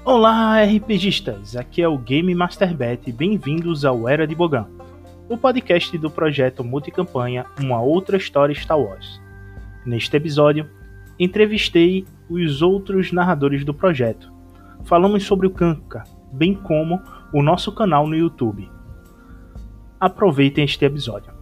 Olá, RPGistas! Aqui é o Game Master Bet e bem-vindos ao Era de Bogan, o podcast do projeto multicampanha Uma Outra História Star Wars. Neste episódio, entrevistei os outros narradores do projeto. Falamos sobre o Kanka, bem como o nosso canal no YouTube. Aproveitem este episódio.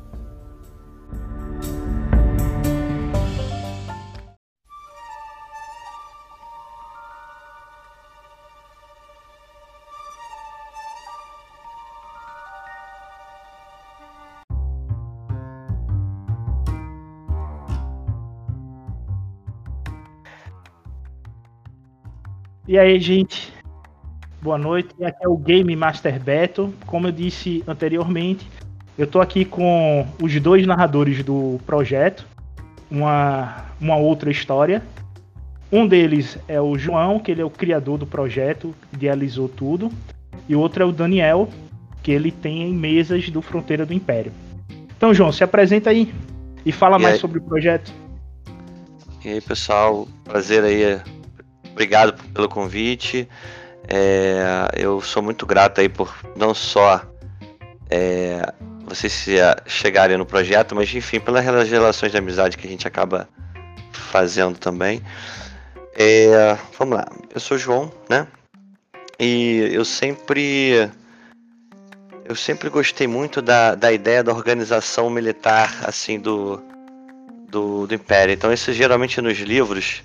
E aí, gente? Boa noite. Aqui é o Game Master Beto. Como eu disse anteriormente, eu tô aqui com os dois narradores do projeto, uma outra história. Um deles é o João, que ele é o criador do projeto, idealizou tudo. E o outro é o Daniel, que ele tem mesas do Fronteira do Império. Então, João, se apresenta aí e fala mais sobre o projeto. E aí, pessoal, prazer aí. Obrigado pelo convite. Eu sou muito grato aí por não só vocês chegarem no projeto, mas enfim, pelas relações de amizade que a gente acaba fazendo também. Vamos lá, eu sou o João, né? E eu sempre gostei muito da ideia da organização militar, assim, do Império. Então, isso geralmente nos livros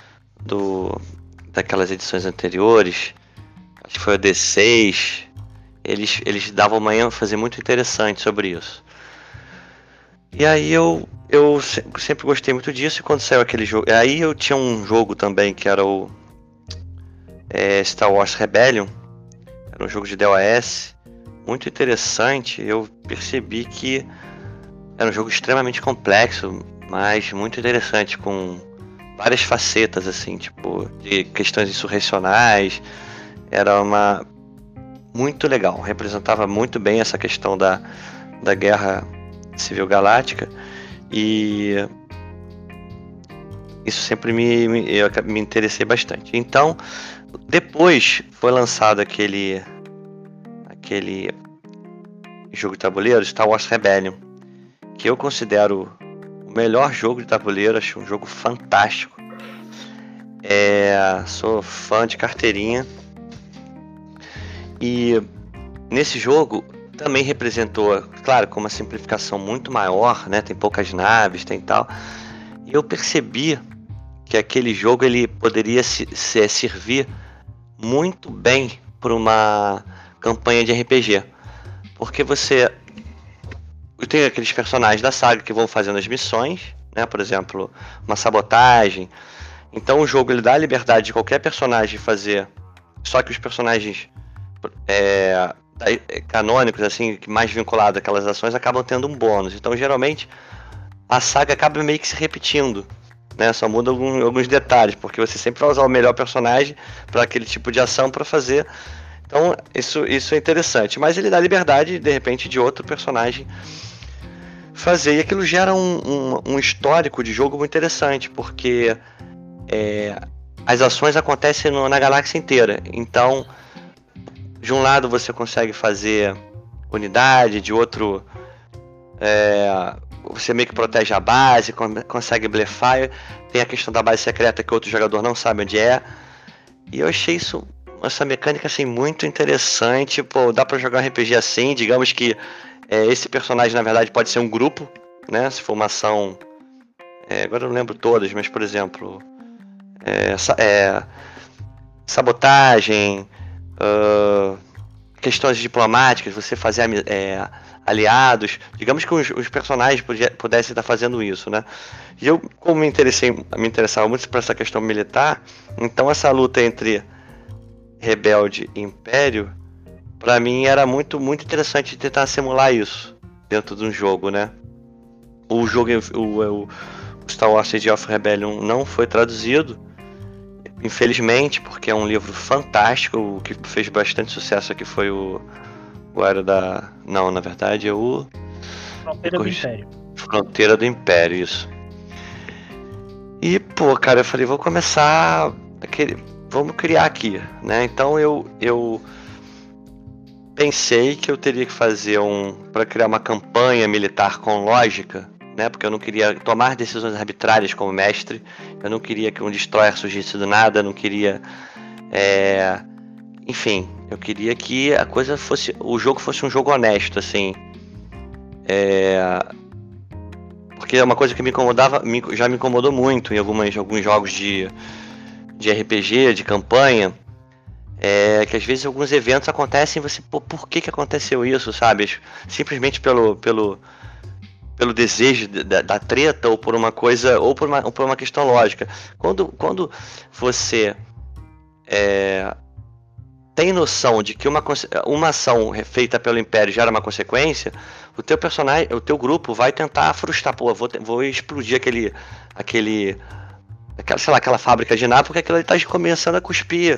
daquelas edições anteriores, acho que foi o D6, eles davam uma ênfase muito interessante sobre isso. E aí eu sempre gostei muito disso, e quando saiu aquele jogo... Aí eu tinha um jogo também, que era o Star Wars Rebellion, era um jogo de DOS, muito interessante. Eu percebi que era um jogo extremamente complexo, mas muito interessante, com várias facetas, assim, tipo, de questões insurrecionais. Era muito legal, representava muito bem essa questão da Guerra Civil Galáctica, e isso sempre me interessei bastante. Então, depois foi lançado aquele jogo de tabuleiro, Star Wars Rebellion, que eu considero melhor jogo de tabuleiro, acho um jogo fantástico. Sou fã de carteirinha. E nesse jogo também representou, claro, com uma simplificação muito maior, né? Tem poucas naves, tem tal. E eu percebi que aquele jogo ele poderia servir muito bem para uma campanha de RPG. Porque você tem aqueles personagens da saga que vão fazendo as missões, né? Por exemplo, uma sabotagem. Então o jogo ele dá a liberdade de qualquer personagem fazer, só que os personagens canônicos, assim, mais vinculados àquelas ações, acabam tendo um bônus. Então geralmente a saga acaba meio que se repetindo, né? Só muda alguns detalhes, porque você sempre vai usar o melhor personagem para aquele tipo de ação para fazer. Então isso é interessante, mas ele dá liberdade, de repente, de outro personagem fazer, e aquilo gera um histórico de jogo muito interessante, porque as ações acontecem na galáxia inteira. Então, de um lado você consegue fazer unidade, de outro você meio que protege a base, consegue blefar. Tem a questão da base secreta que outro jogador não sabe onde é. E eu achei essa mecânica assim, muito interessante. Pô, dá pra jogar um RPG assim, digamos que esse personagem na verdade pode ser um grupo, né? Se for uma ação, agora eu não lembro todas, mas por exemplo, sabotagem, questões diplomáticas, você fazer aliados, digamos que os personagens pudessem estar fazendo isso, né? E eu, como me interessava muito por essa questão militar, então essa luta entre rebelde e império, para mim era muito, muito interessante tentar simular isso dentro de um jogo, né? O jogo, o Star Wars Age of Rebellion não foi traduzido, infelizmente, porque é um livro fantástico. O que fez bastante sucesso aqui foi o Era da... Não, na verdade é o... Fronteira do Império. Fronteira do Império, isso. E, pô, cara, eu falei, vou começar vamos criar aqui, né? Então eu pensei que eu teria que fazer para criar uma campanha militar com lógica, né? Porque eu não queria tomar decisões arbitrárias como mestre, eu não queria que um destroyer surgisse do nada, eu não queria, enfim, eu queria que o jogo fosse um jogo honesto, assim, porque é uma coisa que me incomodava, já me incomodou muito em alguns jogos de RPG, de campanha. Que às vezes alguns eventos acontecem e você, pô, por que aconteceu isso, sabe? Simplesmente pelo desejo da treta, ou por uma coisa, ou por uma questão lógica. Quando você tem noção de que uma ação feita pelo Império gera uma consequência, o teu personagem, o teu grupo vai tentar frustrar, pô, vou explodir aquela fábrica de nada, porque aquilo ali tá começando a cuspir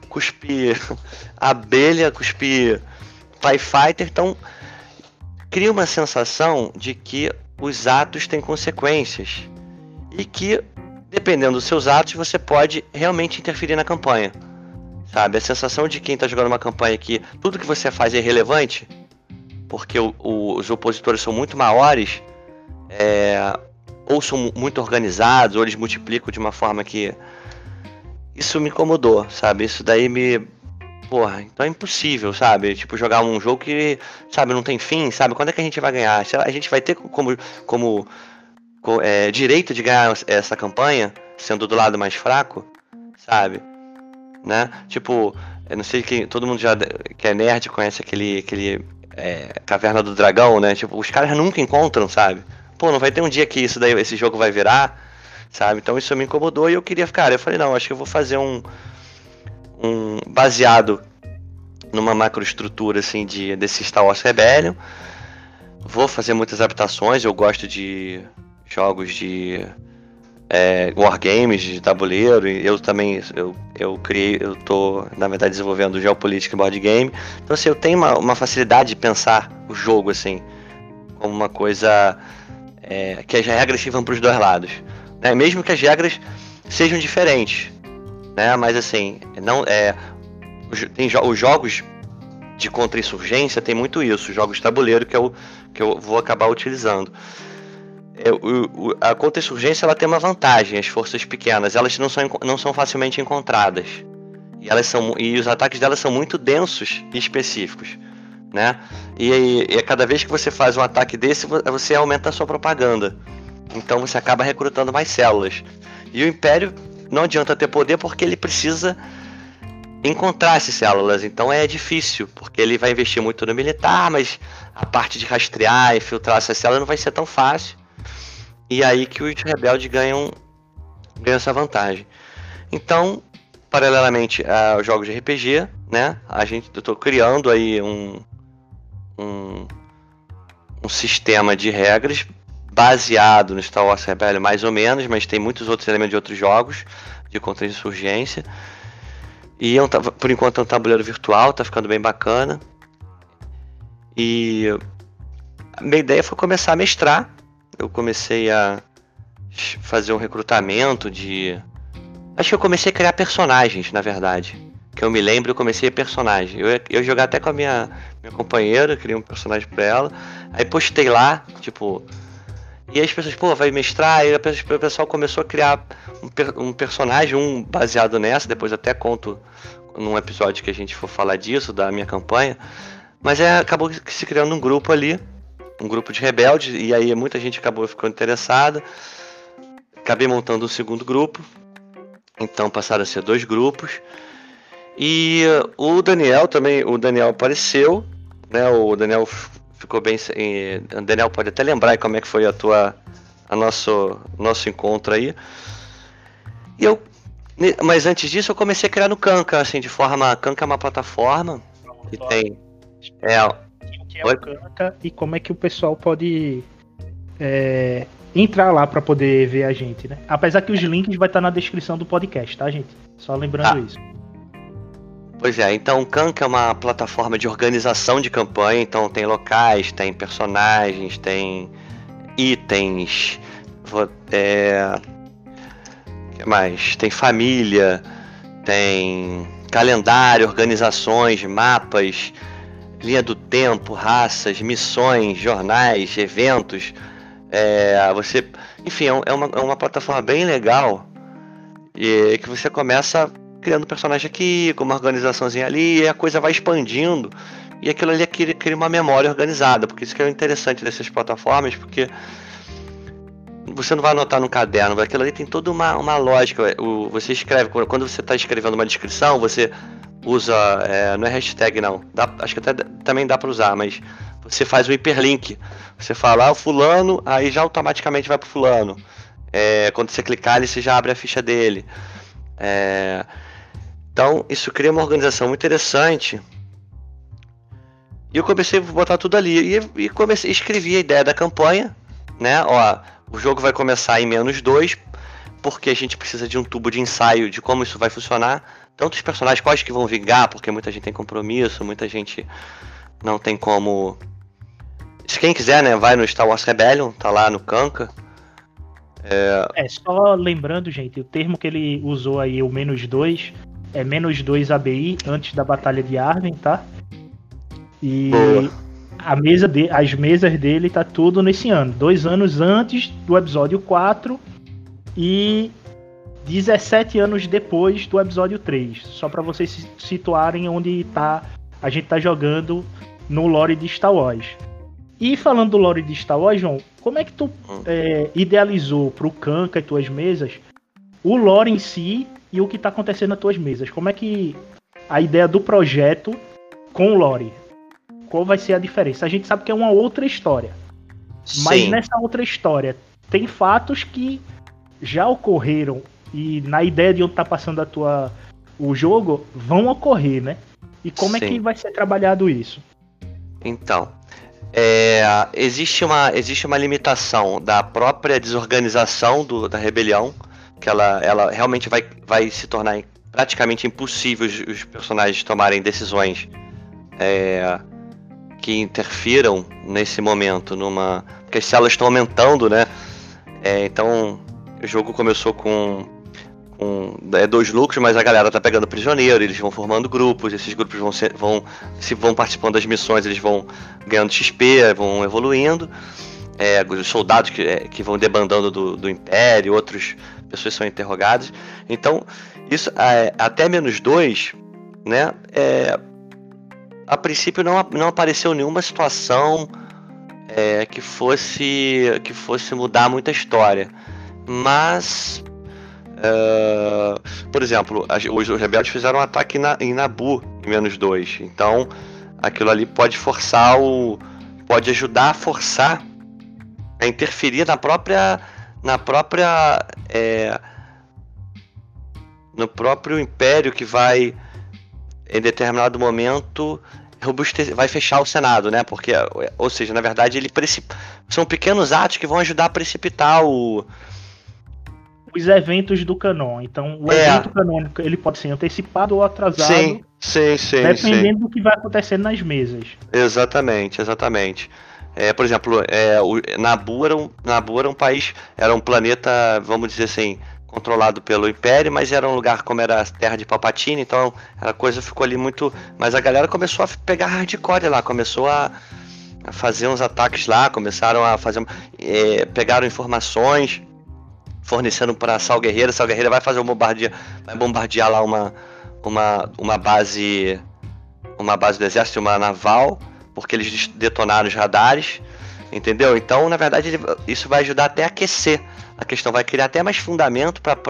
abelha, cuspir TIE Fighter. Então cria uma sensação de que os atos têm consequências e que, dependendo dos seus atos, você pode realmente interferir na campanha, sabe? A sensação de quem está jogando uma campanha que tudo que você faz é irrelevante, porque os opositores são muito maiores, ou são muito organizados, ou eles multiplicam de uma forma que... Isso me incomodou, sabe? Isso daí Porra, então é impossível, sabe? Tipo, jogar um jogo que, sabe, não tem fim, sabe? Quando é que a gente vai ganhar? A gente vai ter como direito de ganhar essa campanha, sendo do lado mais fraco, sabe? Né? Tipo, eu não sei que todo mundo que é nerd conhece aquele Caverna do Dragão, né? Tipo, os caras nunca encontram, sabe? Pô, não vai ter um dia que esse jogo vai virar, sabe? Então isso me incomodou e eu queria ficar. Eu falei, não, acho que eu vou fazer um baseado numa macroestrutura assim desse Star Wars Rebellion. Vou fazer muitas adaptações. Eu gosto de jogos de wargames, de tabuleiro. E eu também eu tô na verdade desenvolvendo geopolítica e board game. Então assim, eu tenho uma facilidade de pensar o jogo assim como uma coisa que as regras vão para os dois lados, né? Mesmo que as regras sejam diferentes, né? Mas assim, não os jogos de contra-insurgência tem muito isso, jogos de tabuleiro que eu vou acabar utilizando. A contra-insurgência ela tem uma vantagem: as forças pequenas elas não são facilmente encontradas e os ataques delas são muito densos e específicos, né? E cada vez que você faz um ataque desse, você aumenta a sua propaganda, então você acaba recrutando mais células. E o Império não adianta ter poder porque ele precisa encontrar essas células, então é difícil, porque ele vai investir muito no militar, mas a parte de rastrear e filtrar essas células não vai ser tão fácil. E aí que os rebeldes ganham essa vantagem. Então, paralelamente aos jogos de RPG, né, eu tô criando aí um sistema de regras baseado no Star Wars Rebellion, mais ou menos, mas tem muitos outros elementos de outros jogos de contra-insurgência. E por enquanto é um tabuleiro virtual, tá ficando bem bacana. E a minha ideia foi começar a mestrar. Eu comecei a fazer um recrutamento acho que eu comecei a criar personagens, na verdade. Que eu me lembro, eu comecei a personagem. Eu jogar até com a minha companheira, criei um personagem pra ela. Aí postei lá, tipo... E aí as pessoas, pô, vai mestrar. Aí o pessoal começou a criar um personagem, baseado nessa. Depois até conto num episódio que a gente for falar disso, da minha campanha. Mas acabou se criando um grupo ali, um grupo de rebeldes. E aí muita gente acabou ficando interessada. Acabei montando um segundo grupo. Então passaram a ser 2 grupos. E o Daniel apareceu, né? O Daniel ficou bem. O Daniel pode até lembrar como é que foi nosso encontro aí. Mas antes disso eu comecei a criar no Kanka, assim, de forma... Kanka é uma plataforma que tem... O que é o Kanka e como é que o pessoal pode entrar lá para poder ver a gente, né? Apesar que os links vai estar na descrição do podcast, tá, gente? Só lembrando isso. Pois é, então o Kanka é uma plataforma de organização de campanha, então tem locais, tem personagens, tem itens, que mais? Tem família, tem calendário, organizações, mapas, linha do tempo, raças, missões, jornais, eventos. Enfim, é uma plataforma bem legal e que você começa criando personagem aqui, com uma organizaçãozinha ali, e a coisa vai expandindo. E aquilo ali cria uma memória organizada, porque isso que é o interessante dessas plataformas, porque você não vai anotar no caderno, aquilo ali tem toda uma lógica. Você escreve, quando você está escrevendo uma descrição, você usa, não é hashtag não, acho que também dá para usar, mas você faz o hiperlink. Você fala, o fulano, aí já automaticamente vai pro fulano. Quando você clicar ali, você já abre a ficha dele. Então, isso cria uma organização muito interessante. E eu comecei a botar tudo ali. E escrevi a ideia da campanha, né? O jogo vai começar em -2, porque a gente precisa de um tubo de ensaio de como isso vai funcionar. Tanto os personagens, quais que vão vingar, porque muita gente tem compromisso, muita gente não tem como. Se quem quiser, né, vai no Star Wars Rebellion, tá lá no Kanka. Só lembrando, gente, o termo que ele usou aí, o -2, é -2 ABI antes da Batalha de Yavin, tá? E as mesas dele tá tudo nesse ano. 2 anos antes do episódio 4 e 17 anos depois do episódio 3. Só para vocês se situarem onde a gente tá jogando no lore de Star Wars. E falando do lore de Star Wars, João, como é que tu idealizou pro Kanka e tuas mesas o lore em si e o que tá acontecendo nas tuas mesas? Como é que a ideia do projeto com o lore? Qual vai ser a diferença? A gente sabe que é uma outra história. Mas nessa outra história, tem fatos que já ocorreram e na ideia de onde tá passando o jogo, vão ocorrer, né? E como é que vai ser trabalhado isso? Então, existe uma limitação da própria desorganização da rebelião, que ela realmente vai se tornar praticamente impossível os personagens tomarem decisões que interfiram nesse momento, porque as células estão aumentando, né? Então o jogo começou com 2 núcleos, mas a galera tá pegando prisioneiro, eles vão formando grupos, esses grupos vão participando das missões, eles vão ganhando XP, vão evoluindo. Os soldados que vão debandando do Império, outras pessoas são interrogadas. Então, isso até -2, né? A princípio não apareceu nenhuma situação que fosse mudar muita história. Mas, por exemplo, os rebeldes fizeram um ataque em Naboo em -2. Então, aquilo ali pode ajudar a forçar, a interferir no próprio Império, que vai, em determinado momento, vai fechar o Senado, né? Porque, ou seja, na verdade, são pequenos atos que vão ajudar a precipitar os eventos do canon. Então, o evento canônico, ele pode ser antecipado ou atrasado, dependendo do que vai acontecendo nas mesas. Exatamente. Por exemplo, o Naboo era um país, era um planeta, vamos dizer assim, controlado pelo Império, mas era um lugar como era a terra de Palpatine, então a coisa ficou ali muito. Mas a galera começou a pegar hardcore lá, começou a fazer uns ataques lá, começaram a fazer. Pegaram informações, fornecendo para Sal Guerreira. Sal Guerreira vai fazer vai bombardear lá uma base do exército, uma naval, porque eles detonaram os radares, entendeu? Então, na verdade, isso vai ajudar até a aquecer a questão, vai criar até mais fundamento para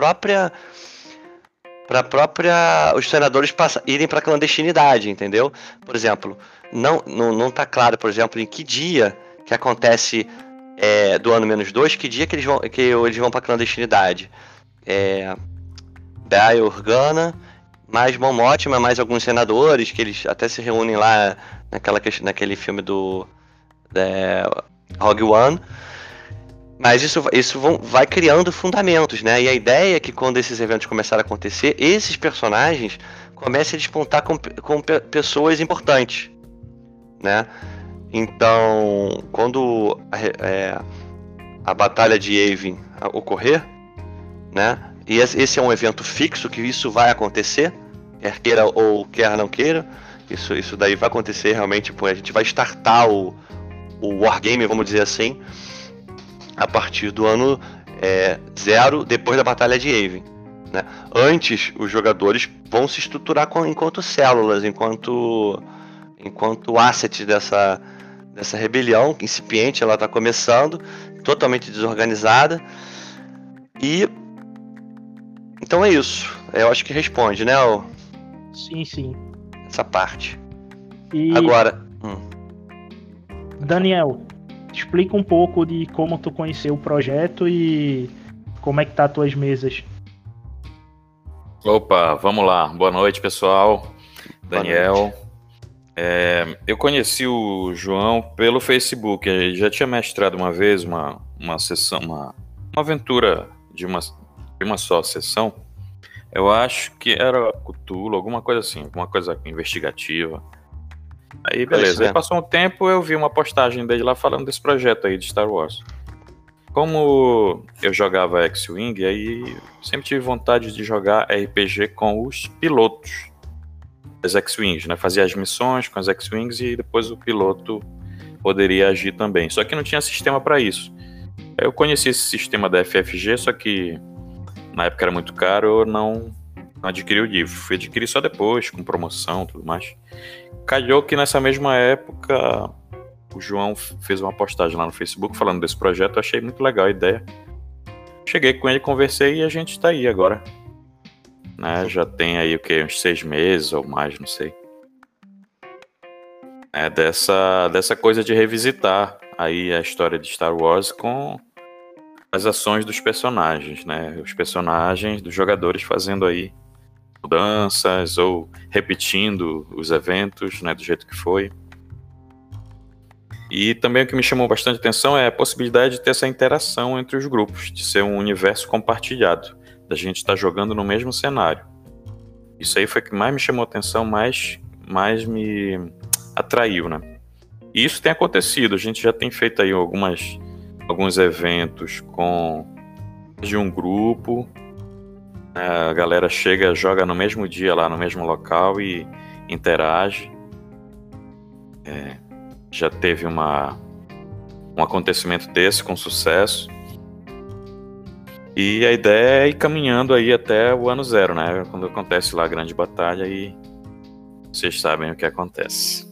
os senadores irem para a clandestinidade, entendeu? Por exemplo, não tá claro, por exemplo, em que dia que acontece do ano -2, que dia que eles vão para a clandestinidade. Bail Organa, mais Mon Mothma, mais alguns senadores, que eles até se reúnem lá naquele filme do Rogue One. Mas isso vai criando fundamentos, né? E a ideia é que quando esses eventos começarem a acontecer, esses personagens comecem a despontar com pessoas importantes, né? Então, quando a batalha de Yavin ocorrer, né? E esse é um evento fixo, que isso vai acontecer, quer queira ou quer não queira. Isso daí vai acontecer realmente, a gente vai startar o Wargame, vamos dizer assim, a partir do ano 0, depois da Batalha de Yavin, né? Antes, os jogadores vão se estruturar enquanto células, enquanto assets dessa rebelião incipiente. Ela está começando, totalmente desorganizada. E então é isso. Eu acho que responde, né? Sim. Essa parte. E agora, Daniel, explica um pouco de como tu conheceu o projeto e como é que tá as tuas mesas. Opa, vamos lá. Boa noite, pessoal. Daniel. Eu conheci o João pelo Facebook. Ele já tinha mestrado uma vez uma sessão, uma aventura de uma só sessão. Eu acho que era Cthulhu, alguma coisa assim, alguma coisa investigativa. Aí beleza, aí passou um tempo, eu vi uma postagem dele lá falando desse projeto aí de Star Wars. Como eu jogava X-Wing, aí sempre tive vontade de jogar RPG com os pilotos das X-Wings, né? Fazia as missões com as X-Wings e depois o piloto poderia agir também. Só que não tinha sistema para isso. Eu conheci esse sistema da FFG, só que na época era muito caro, eu não adquiri o livro. Fui adquirir só depois, com promoção e tudo mais. Calhou que nessa mesma época o João fez uma postagem lá no Facebook falando desse projeto. Eu achei muito legal a ideia. Cheguei com ele, conversei e a gente tá aí agora, né? Já tem aí uns 6 meses ou mais, não sei. Dessa coisa de revisitar aí a história de Star Wars com as ações dos personagens, né? Os personagens dos jogadores fazendo aí mudanças ou repetindo os eventos, né, do jeito que foi. E também o que me chamou bastante atenção é a possibilidade de ter essa interação entre os grupos, de ser um universo compartilhado, da gente estar jogando no mesmo cenário. Isso aí foi o que mais me chamou atenção, mais me atraiu, né? E isso tem acontecido, a gente já tem feito aí alguns eventos de um grupo. A galera chega, joga no mesmo dia lá no mesmo local e interage. Já teve um acontecimento desse com sucesso. E a ideia é ir caminhando aí até o ano 0, né? Quando acontece lá a grande batalha e vocês sabem o que acontece.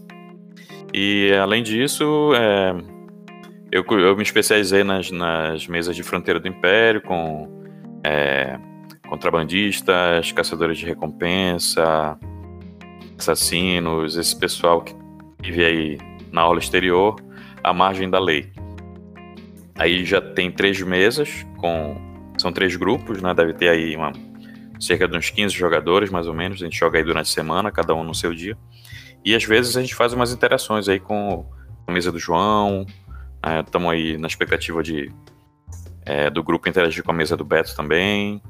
E além disso, eu me especializei nas mesas de fronteira do Império com contrabandistas, caçadores de recompensa, assassinos, esse pessoal que vive aí na orla exterior, à margem da lei. Aí já tem 3 mesas, são 3 grupos, né? Deve ter aí cerca de uns 15 jogadores, mais ou menos. A gente joga aí durante a semana, cada um no seu dia. E às vezes a gente faz umas interações aí com a mesa do João. Estamos aí na expectativa do grupo interagir com a mesa do Beto também.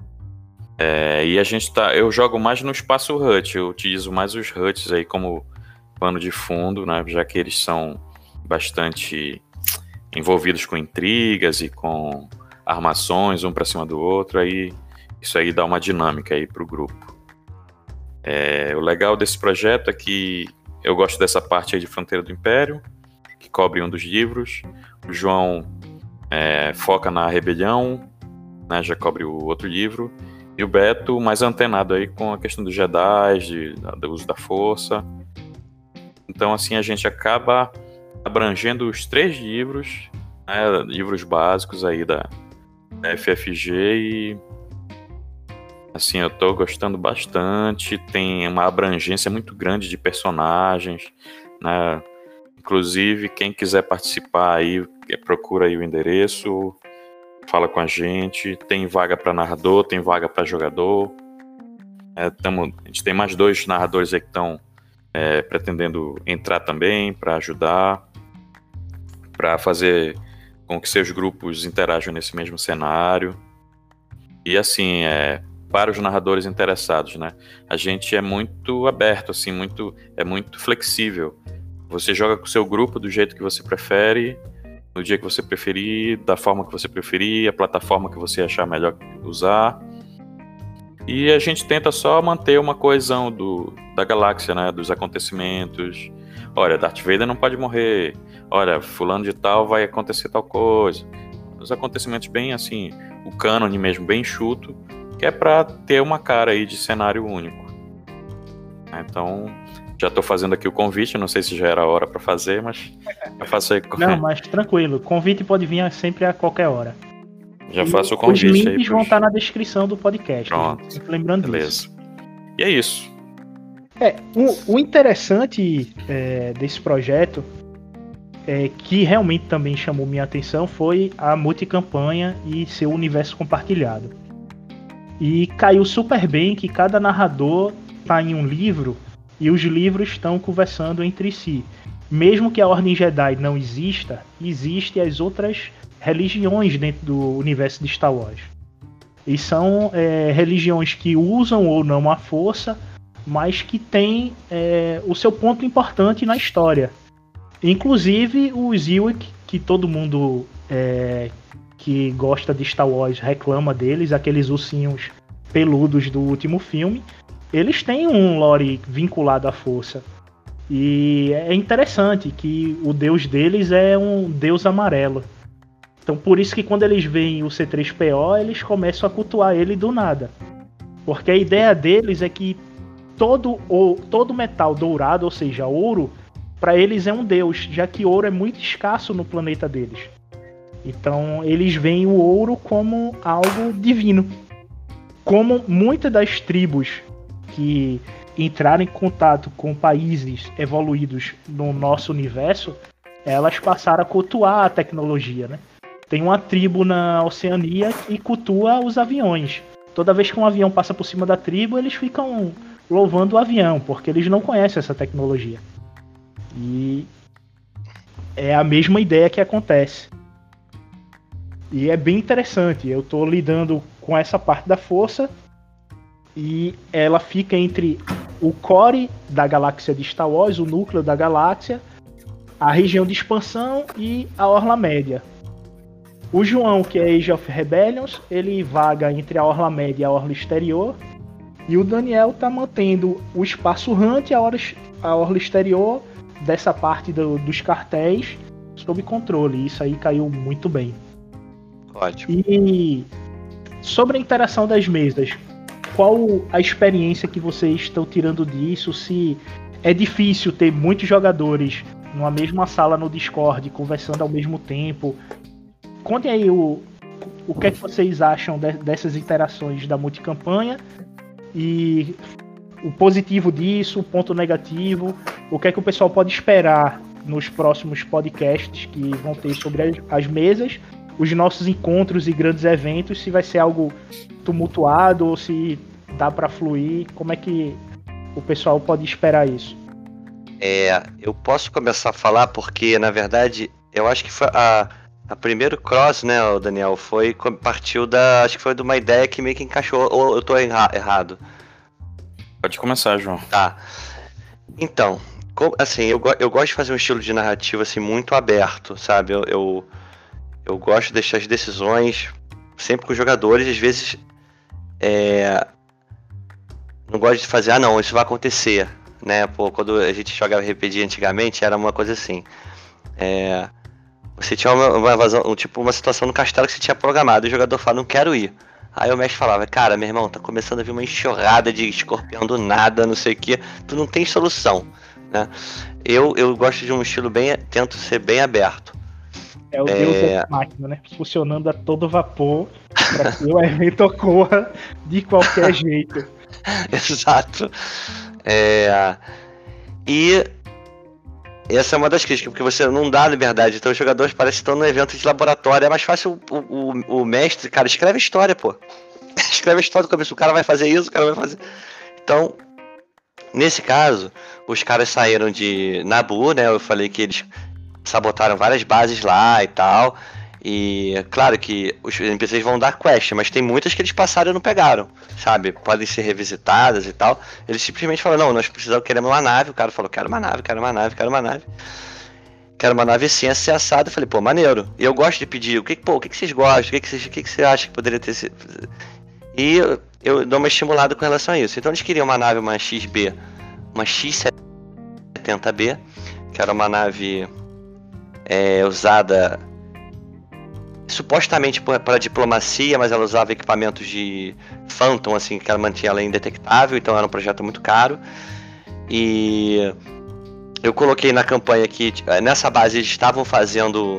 E eu jogo mais no espaço HUT, eu utilizo mais os HUTs aí como pano de fundo, né, já que eles são bastante envolvidos com intrigas e com armações um para cima do outro, aí isso aí dá uma dinâmica aí pro grupo. O legal desse projeto é que eu gosto dessa parte aí de Fronteira do Império, que cobre um dos livros. O João foca na rebelião, né, já cobre o outro livro. E o Beto mais antenado aí com a questão dos Jedi, do uso da força. Então assim a gente acaba abrangendo os 3 livros, né, livros básicos aí da FFG, e assim eu tô gostando bastante. Tem uma abrangência muito grande de personagens, né? Inclusive quem quiser participar aí, procura aí o endereço, fala com a gente. Tem vaga para narrador, tem vaga para jogador. A gente tem mais 2 narradores aí que estão pretendendo entrar também para ajudar, para fazer com que seus grupos interajam nesse mesmo cenário. E assim, para os narradores interessados, né? A gente é muito aberto, assim, muito flexível. Você joga com o seu grupo do jeito que você prefere, no dia que você preferir, da forma que você preferir, a plataforma que você achar melhor usar. E a gente tenta só manter uma coesão da galáxia, né? Dos acontecimentos. Olha, Darth Vader não pode morrer. Olha, fulano de tal vai acontecer tal coisa. Os acontecimentos bem assim, o cânone mesmo, bem enxuto, que é pra ter uma cara aí de cenário único. Então, já tô fazendo aqui o convite, não sei se já era a hora pra fazer, mas eu faço aí. Não, mas tranquilo, o convite pode vir sempre a qualquer hora. Já faço o convite. Os links vão estar na descrição do podcast. Pronto. Gente, lembrando Beleza. disso. E é isso. O interessante desse projeto, que realmente também chamou minha atenção, foi a multicampanha e seu universo compartilhado. E caiu super bem que cada narrador está em um livro e os livros estão conversando entre si. Mesmo que a Ordem Jedi não exista, existem as outras religiões dentro do universo de Star Wars. E são religiões que usam ou não a força, mas que têm o seu ponto importante na história. Inclusive os Ewok, que todo mundo que gosta de Star Wars reclama deles, aqueles ursinhos peludos do último filme, eles têm um lore vinculado à força. E é interessante que o deus deles é um deus amarelo. Então por isso que quando eles veem o C3PO, eles começam a cultuar ele do nada. Porque a ideia deles é que todo metal dourado, ou seja, ouro, para eles é um deus, já que ouro é muito escasso no planeta deles. Então eles veem o ouro como algo divino. Como muitas das tribos que entraram em contato com países evoluídos no nosso universo, elas passaram a cultuar a tecnologia, né? Tem uma tribo na Oceania que cultua os aviões. Toda vez que um avião passa por cima da tribo, eles ficam louvando o avião, porque eles não conhecem essa tecnologia. E é a mesma ideia que acontece. E é bem interessante. Eu estou lidando com essa parte da força e ela fica entre o core da galáxia de Star Wars, o núcleo da galáxia, a região de expansão e a Orla Média. O João, que é Age of Rebellions, ele vaga entre a Orla Média e a Orla Exterior. E o Daniel está mantendo o espaço Hunt e a Orla Exterior dessa parte dos cartéis sob controle. Isso aí caiu muito bem. Ótimo. E sobre a interação das mesas, qual a experiência que vocês estão tirando disso? Se é difícil ter muitos jogadores numa mesma sala no Discord conversando ao mesmo tempo? Contem aí o que é que vocês acham dessas interações da multicampanha e o positivo disso, o ponto negativo, o que é que o pessoal pode esperar nos próximos podcasts que vão ter sobre as mesas, os nossos encontros e grandes eventos, se vai ser algo tumultuado ou se dá para fluir, como é que o pessoal pode esperar isso? Eu posso começar a falar porque, na verdade, eu acho que foi a primeiro cross, né, o Daniel, partiu acho que foi de uma ideia que meio que encaixou, ou eu tô errado? Pode começar, João. Tá. Então, assim, eu gosto de fazer um estilo de narrativa assim, muito aberto, sabe? Eu gosto de deixar as decisões sempre com os jogadores, às vezes não gosto de fazer, não, isso vai acontecer, né? Pô, quando a gente jogava RPG antigamente, era uma coisa assim. Você tinha uma invasão, uma situação no castelo que você tinha programado, e o jogador fala, não quero ir. Aí o mestre falava, cara, meu irmão, tá começando a vir uma enxurrada de escorpião do nada, não sei o que, tu não tem solução, né? Eu gosto de um estilo tento ser bem aberto. É o Deus da máquina, né? Funcionando a todo vapor para que o evento ocorra de qualquer jeito. Exato. E essa é uma das críticas, porque você não dá liberdade. Então os jogadores parecem que estão no evento de laboratório. É mais fácil o mestre, cara, escreve a história, pô. Escreve a história do começo. O cara vai fazer isso, o cara vai fazer... Então, nesse caso, os caras saíram de Naboo, né? Eu falei que eles sabotaram várias bases lá e tal. E claro que os NPCs vão dar quest, mas tem muitas que eles passaram e não pegaram, sabe? Podem ser revisitadas e tal. Eles simplesmente falaram, não, nós queremos uma nave. O cara falou, quero uma nave. Quero uma nave assim, assim, assado. Eu falei, pô, maneiro. E eu gosto de pedir, o que vocês gostam? O que você acha que poderia ter sido? E eu dou uma estimulada com relação a isso. Então eles queriam uma nave, uma XB, uma X-70B, que era uma nave usada supostamente para diplomacia, mas ela usava equipamentos de Phantom, assim, que ela mantinha ela indetectável, então era um projeto muito caro. E eu coloquei na campanha que nessa base eles estavam fazendo...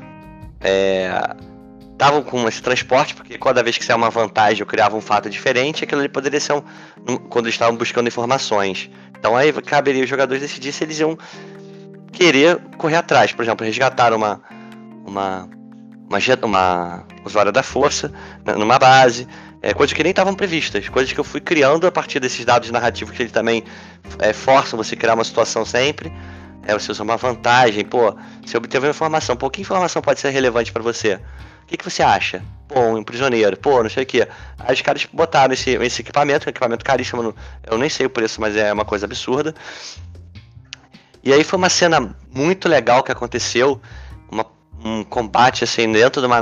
estavam com esse transporte, porque cada vez que saia uma vantagem eu criava um fato diferente, aquilo ali poderia ser quando eles estavam buscando informações. Então aí caberia os jogadores decidir se eles iam querer correr atrás. Por exemplo, resgatar uma usuária da força numa base, coisas que nem estavam previstas, coisas que eu fui criando a partir desses dados narrativos que eles também forçam você a criar uma situação sempre. Você usa uma vantagem, você obteve uma informação, que informação pode ser relevante para você? O que você acha? Um prisioneiro, não sei o que. Aí os caras botaram esse equipamento, um equipamento caríssimo, eu nem sei o preço, mas é uma coisa absurda. E aí foi uma cena muito legal que aconteceu, um combate assim dentro de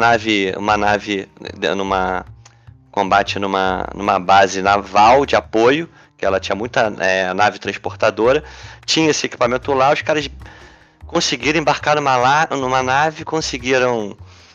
combate numa base naval de apoio, que ela tinha muita nave transportadora, tinha esse equipamento lá, os caras conseguiram embarcar numa nave, conseguiram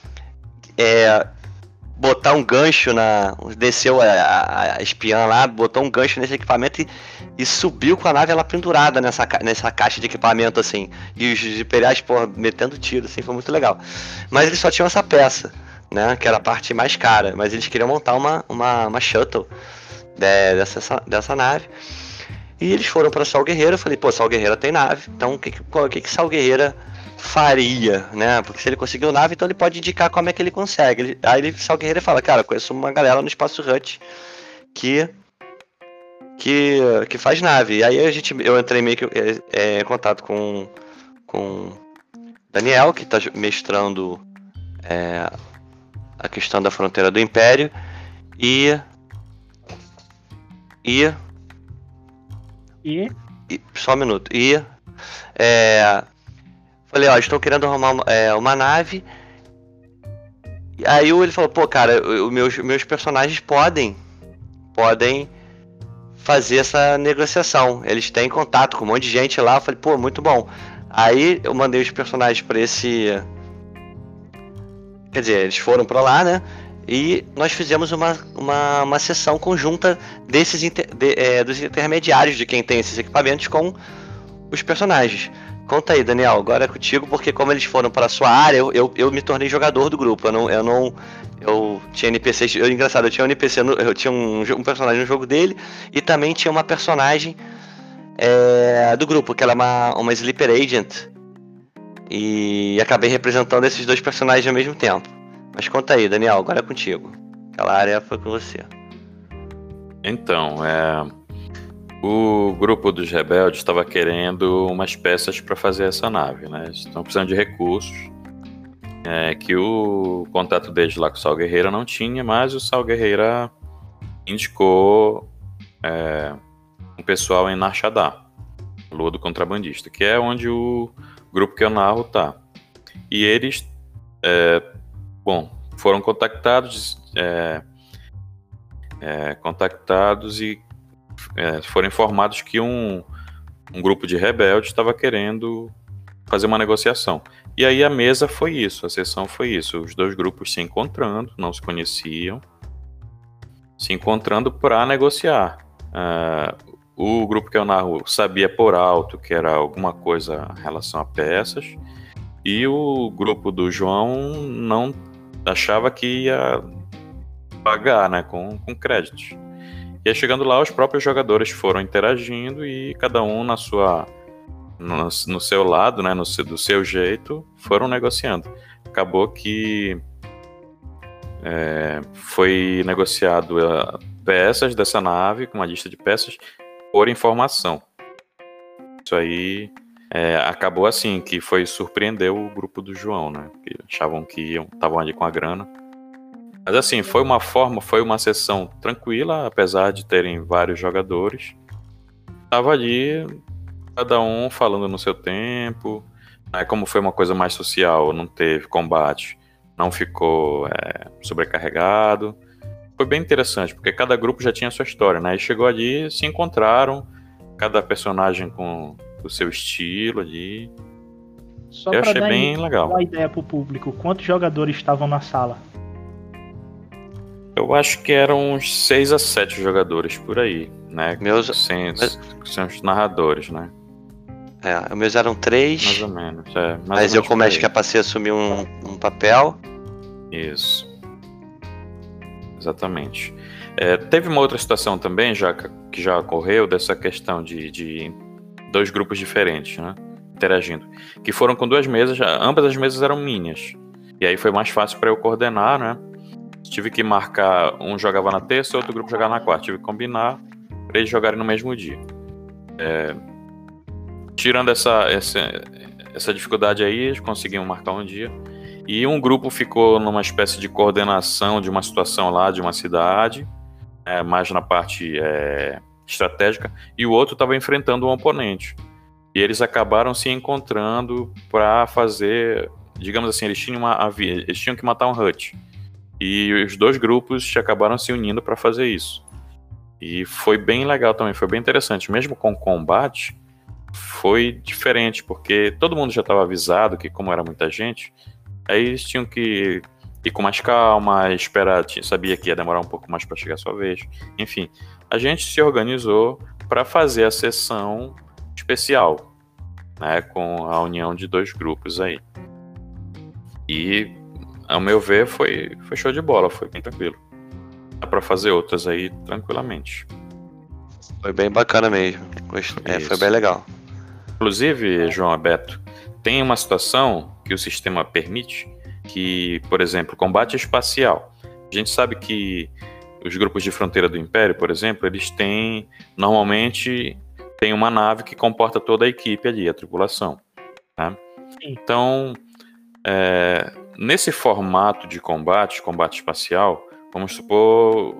botar um gancho desceu a espiã lá, botou um gancho nesse equipamento e subiu com a nave ela pendurada nessa caixa de equipamento, assim, e os imperiais, metendo tiro, assim, foi muito legal. Mas eles só tinham essa peça, né, que era a parte mais cara, mas eles queriam montar uma shuttle dessa nave, e eles foram para Sol Guerreira. Eu falei, Sol Guerreira tem nave, então o que Sol Guerreira faria, né? Porque se ele conseguiu nave, então ele pode indicar como é que ele consegue. Aí Sol Guerreira fala, cara, eu conheço uma galera no Espaço Hut que faz nave. E aí eu entrei meio que em contato com Daniel, que está mestrando a questão da fronteira do Império, e só um minuto. Falei, estou querendo arrumar uma nave. E aí ele falou, cara, meus personagens podem fazer essa negociação. Eles têm contato com um monte de gente lá. Eu falei, muito bom. Aí eu mandei os personagens para esse... Quer dizer, eles foram para lá, né? E nós fizemos uma sessão conjunta dos intermediários de quem tem esses equipamentos com os personagens. Conta aí, Daniel, agora é contigo, porque como eles foram para a sua área, eu me tornei jogador do grupo. Eu tinha NPCs. Engraçado, eu tinha um NPC, eu tinha um personagem no jogo dele, e também tinha uma personagem do grupo, que ela é uma Sleeper Agent. E acabei representando esses dois personagens ao mesmo tempo. Mas conta aí, Daniel, agora é contigo. Aquela área foi com você. Então, o grupo dos rebeldes estava querendo umas peças para fazer essa nave, né? Estão precisando de recursos que o contato deles lá com o Sol Guerreira não tinha, mas o Sol Guerreira indicou um pessoal em Nar Shaddaa, Lua do Contrabandista, que é onde o grupo que eu narro tá. E eles foram contactados e foram informados que um grupo de rebeldes estava querendo fazer uma negociação. E aí a mesa foi isso, a sessão foi isso, os dois grupos se encontrando, não se conheciam, se encontrando para negociar. O grupo que eu narro sabia por alto que era alguma coisa em relação a peças, e o grupo do João não achava que ia pagar, né, com créditos. E aí, chegando lá, os próprios jogadores foram interagindo e cada um no seu lado, né, do seu jeito, foram negociando. Acabou que foi negociado peças dessa nave, com uma lista de peças, por informação. Isso aí acabou assim, que surpreendeu o grupo do João, né, que achavam que estavam ali com a grana. Mas assim, foi uma sessão tranquila, apesar de terem vários jogadores. Tava ali, cada um falando no seu tempo. Como foi uma coisa mais social, não teve combate, não ficou sobrecarregado. foi bem interessante, porque cada grupo já tinha a sua história, né? E chegou ali, se encontraram, cada personagem com o seu estilo ali. Só Eu para achei dar bem legal. uma ideia pro público, quantos jogadores estavam na sala? Eu acho que eram uns 6 a 7 jogadores por aí, né? Sem os narradores, né? Os meus eram 3. Mais ou menos, Mas eu, como acho que passei a assumir um papel. Isso. Exatamente. Teve uma outra situação também, que já ocorreu, dessa questão de 2 grupos diferentes, né? Interagindo. Que foram com 2 mesas, ambas as mesas eram minhas. E aí foi mais fácil para eu coordenar, né? Tive que marcar, um jogava na terça, outro grupo jogava na quarta. Tive que combinar para eles jogarem no mesmo dia. Tirando essa dificuldade aí, eles conseguiam marcar um dia. E um grupo ficou numa espécie de coordenação de uma situação lá, de uma cidade, mais na parte estratégica, e o outro estava enfrentando um oponente. E eles acabaram se encontrando para fazer, digamos assim, eles tinham que matar um Hut. E os 2 grupos acabaram se unindo para fazer isso. E foi bem legal também, foi bem interessante. Mesmo com o combate, foi diferente, porque todo mundo já estava avisado que, como era muita gente, aí eles tinham que ir com mais calma, esperar, sabia que ia demorar um pouco mais para chegar a sua vez. Enfim, a gente se organizou para fazer a sessão especial, né, com a união de 2 grupos aí. E, ao meu ver, foi show de bola, foi bem tranquilo. Dá para fazer outras aí tranquilamente. Foi bem bacana mesmo. Foi bem legal. Inclusive, João Beto, tem uma situação que o sistema permite, que, por exemplo, combate espacial. A gente sabe que os grupos de fronteira do Império, por exemplo, eles normalmente tem uma nave que comporta toda a equipe ali, a tripulação, né? Então, nesse formato de combate espacial, vamos supor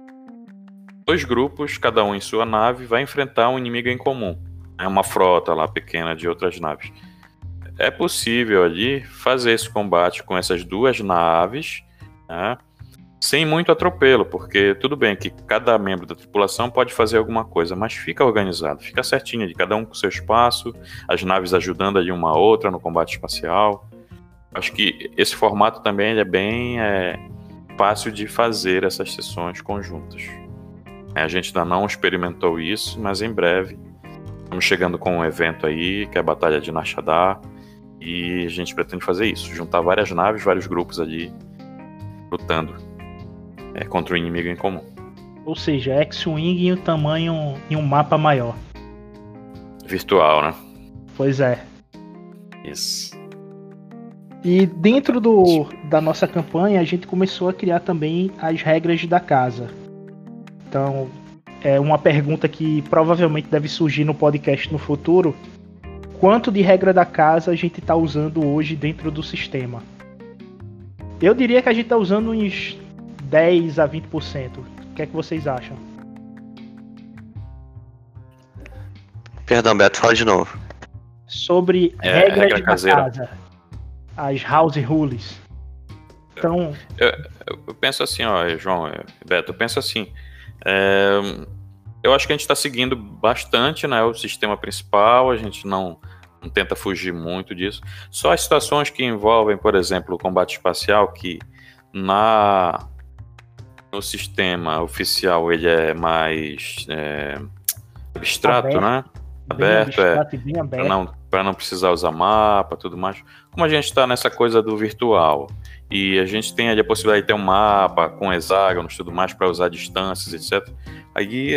2 grupos, cada um em sua nave, vai enfrentar um inimigo em comum. É uma frota lá pequena de outras naves. É possível ali fazer esse combate com essas 2 naves, né, sem muito atropelo, porque tudo bem que cada membro da tripulação pode fazer alguma coisa, mas fica organizado, fica certinho de cada um com seu espaço, as naves ajudando ali uma a outra no combate espacial. Acho que esse formato também é bem fácil de fazer essas sessões conjuntas. A gente ainda não experimentou isso, mas em breve estamos chegando com um evento aí, que é a Batalha de Nar Shaddaa, e a gente pretende fazer isso, juntar várias naves, vários grupos ali, lutando contra o inimigo em comum. Ou seja, X-Wing em um tamanho, em um mapa maior. Virtual, né? Pois é. Isso. E dentro da nossa campanha, a gente começou a criar também as regras da casa. Então, é uma pergunta que provavelmente deve surgir no podcast no futuro. Quanto de regra da casa a gente está usando hoje dentro do sistema? Eu diria que a gente está usando uns 10 a 20%. O que é que vocês acham? Perdão, Beto, fala de novo. Sobre regras da casa. As house rules. Então... Eu penso assim, João, Beto, eu penso assim. Eu acho que a gente está seguindo bastante, né, o sistema principal, a gente não tenta fugir muito disso. Só as situações que envolvem, por exemplo, o combate espacial, que no sistema oficial ele é mais abstrato, né? Aberto, para não precisar usar mapa, tudo mais. Como a gente está nessa coisa do virtual e a gente tem ali a possibilidade de ter um mapa com hexágonos, tudo mais, para usar distâncias, etc. Aí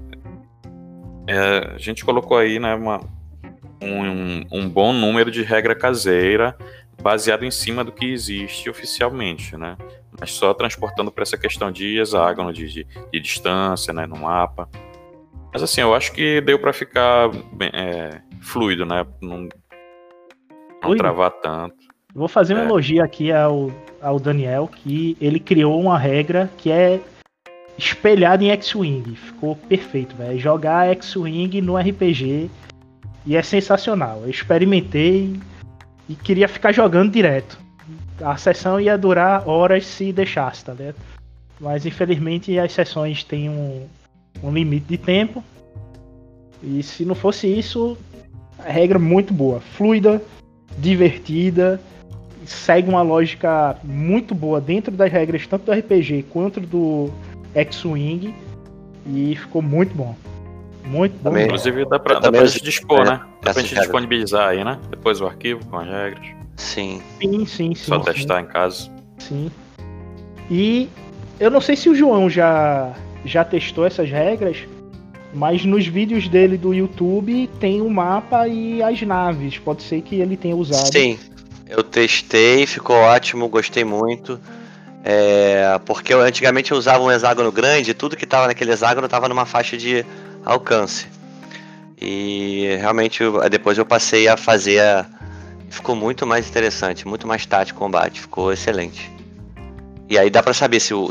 a gente colocou aí, né, um bom número de regra caseira baseado em cima do que existe oficialmente, né? Mas só transportando para essa questão de hexágono, de distância, né, no mapa. Mas assim, eu acho que deu para ficar fluido, né? Não travar tanto. Vou fazer um elogio aqui ao Daniel, que ele criou uma regra que é espelhada em X-Wing. Ficou perfeito, velho. Jogar X-Wing no RPG e é sensacional. Eu experimentei e queria ficar jogando direto. A sessão ia durar horas se deixasse, tá vendo? Mas infelizmente as sessões têm um limite de tempo. E se não fosse isso, a regra é muito boa, fluida, divertida, segue uma lógica muito boa dentro das regras tanto do RPG quanto do X-Wing. E ficou muito bom. Muito bom. Também, inclusive dá pra gente dispor, né? Dá pra gente disponibilizar aí, né? Depois o arquivo com as regras. Sim. Sim. Só testar em casa. Sim. E eu não sei se o João já testou essas regras, mas nos vídeos dele do YouTube tem o mapa e as naves. Pode ser que ele tenha usado. Sim, eu testei, ficou ótimo, gostei muito. Porque antigamente eu usava um hexágono grande, tudo que estava naquele hexágono estava numa faixa de alcance. E realmente depois eu passei a fazer. Ficou muito mais interessante, muito mais tático o combate, ficou excelente. E aí dá pra saber se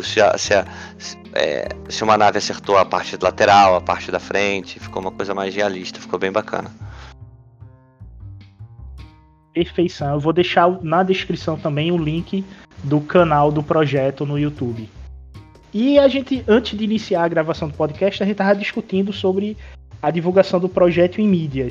uma nave acertou a parte lateral, a parte da frente, ficou uma coisa mais realista, ficou bem bacana. Perfeição. Eu vou deixar na descrição também o link do canal do projeto no YouTube. E a gente, antes de iniciar a gravação do podcast, a gente estava discutindo sobre a divulgação do projeto em mídias.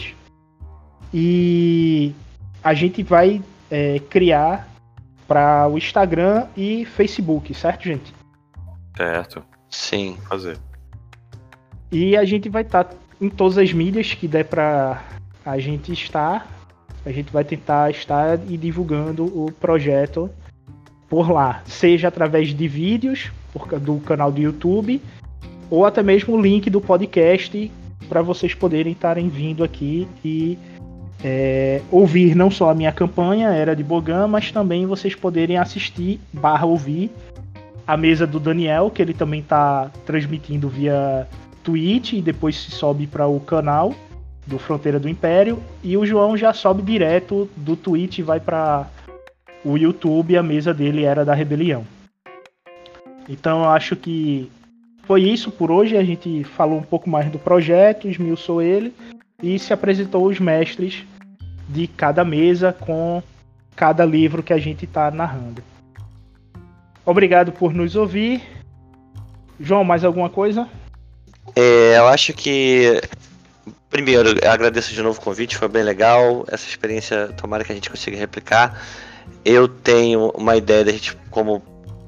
E a gente vai criar para o Instagram e Facebook, certo, gente? Certo. Sim. Fazer. E a gente vai estar em todas as mídias que der para a gente estar. A gente vai tentar estar e divulgando o projeto por lá, seja através de vídeos do canal do YouTube ou até mesmo o link do podcast para vocês poderem estarem vindo aqui e ouvir não só a minha campanha Era de Bogan, mas também vocês poderem assistir /ouvir a mesa do Daniel, que ele também está transmitindo via Twitch e depois se sobe para o canal do Fronteira do Império, e o João já sobe direto do Twitch e vai para o YouTube, a mesa dele Era da Rebelião. Então eu acho que foi isso por hoje. A gente falou um pouco mais do projeto, esmiuçou ele e se apresentou os mestres de cada mesa com cada livro que a gente está narrando. Obrigado por nos ouvir. João, mais alguma coisa? Eu acho que primeiro, eu agradeço de novo o convite, foi bem legal. Essa experiência, tomara que a gente consiga replicar. Eu tenho uma ideia da gente, como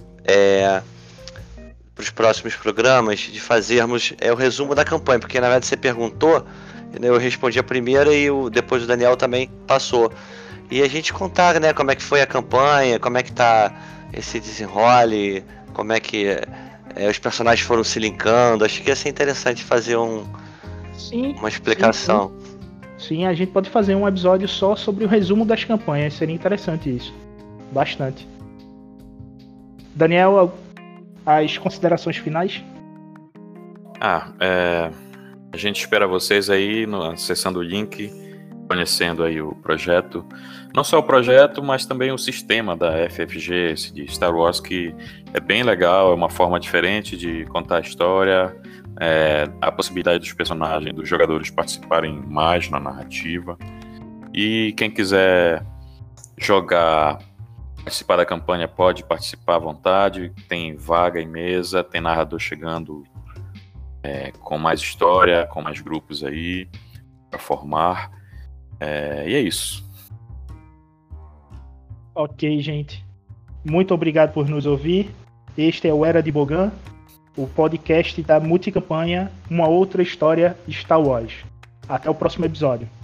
para os próximos programas, de fazermos o resumo da campanha, porque na verdade você perguntou, eu respondi a primeira e depois o Daniel também passou. E a gente contar, né, como é que foi a campanha, como é que tá esse desenrole, como é que os personagens foram se linkando. Acho que ia ser interessante fazer uma explicação. Sim, a gente pode fazer um episódio só sobre o resumo das campanhas. Seria interessante isso. Bastante. Daniel, as considerações finais? A gente espera vocês aí acessando o link, conhecendo aí o projeto. Não só o projeto, mas também o sistema da FFG, esse de Star Wars, que é bem legal, é uma forma diferente de contar a história. A possibilidade dos personagens, dos jogadores participarem mais na narrativa. E quem quiser participar da campanha pode participar à vontade. Tem vaga em mesa, tem narrador chegando com mais história, com mais grupos aí para formar. E é isso. Ok, gente. Muito obrigado por nos ouvir. Este é o Era de Bogan, o podcast da multicampanha Uma Outra História Star Wars. Até o próximo episódio.